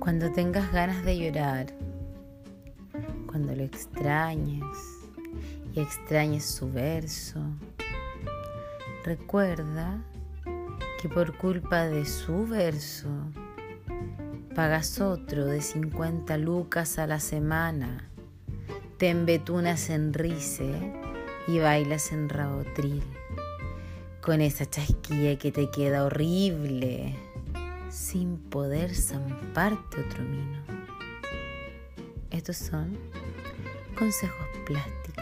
Cuando tengas ganas de llorar, cuando lo extrañes y extrañes su verso, recuerda que por culpa de su verso pagas otro de 50 lucas a la semana, te embetunas en Rice y bailas en Rabotril, con esa chasquilla que te queda horrible, sin poder zamparte otro mino. Estos son consejos plásticos.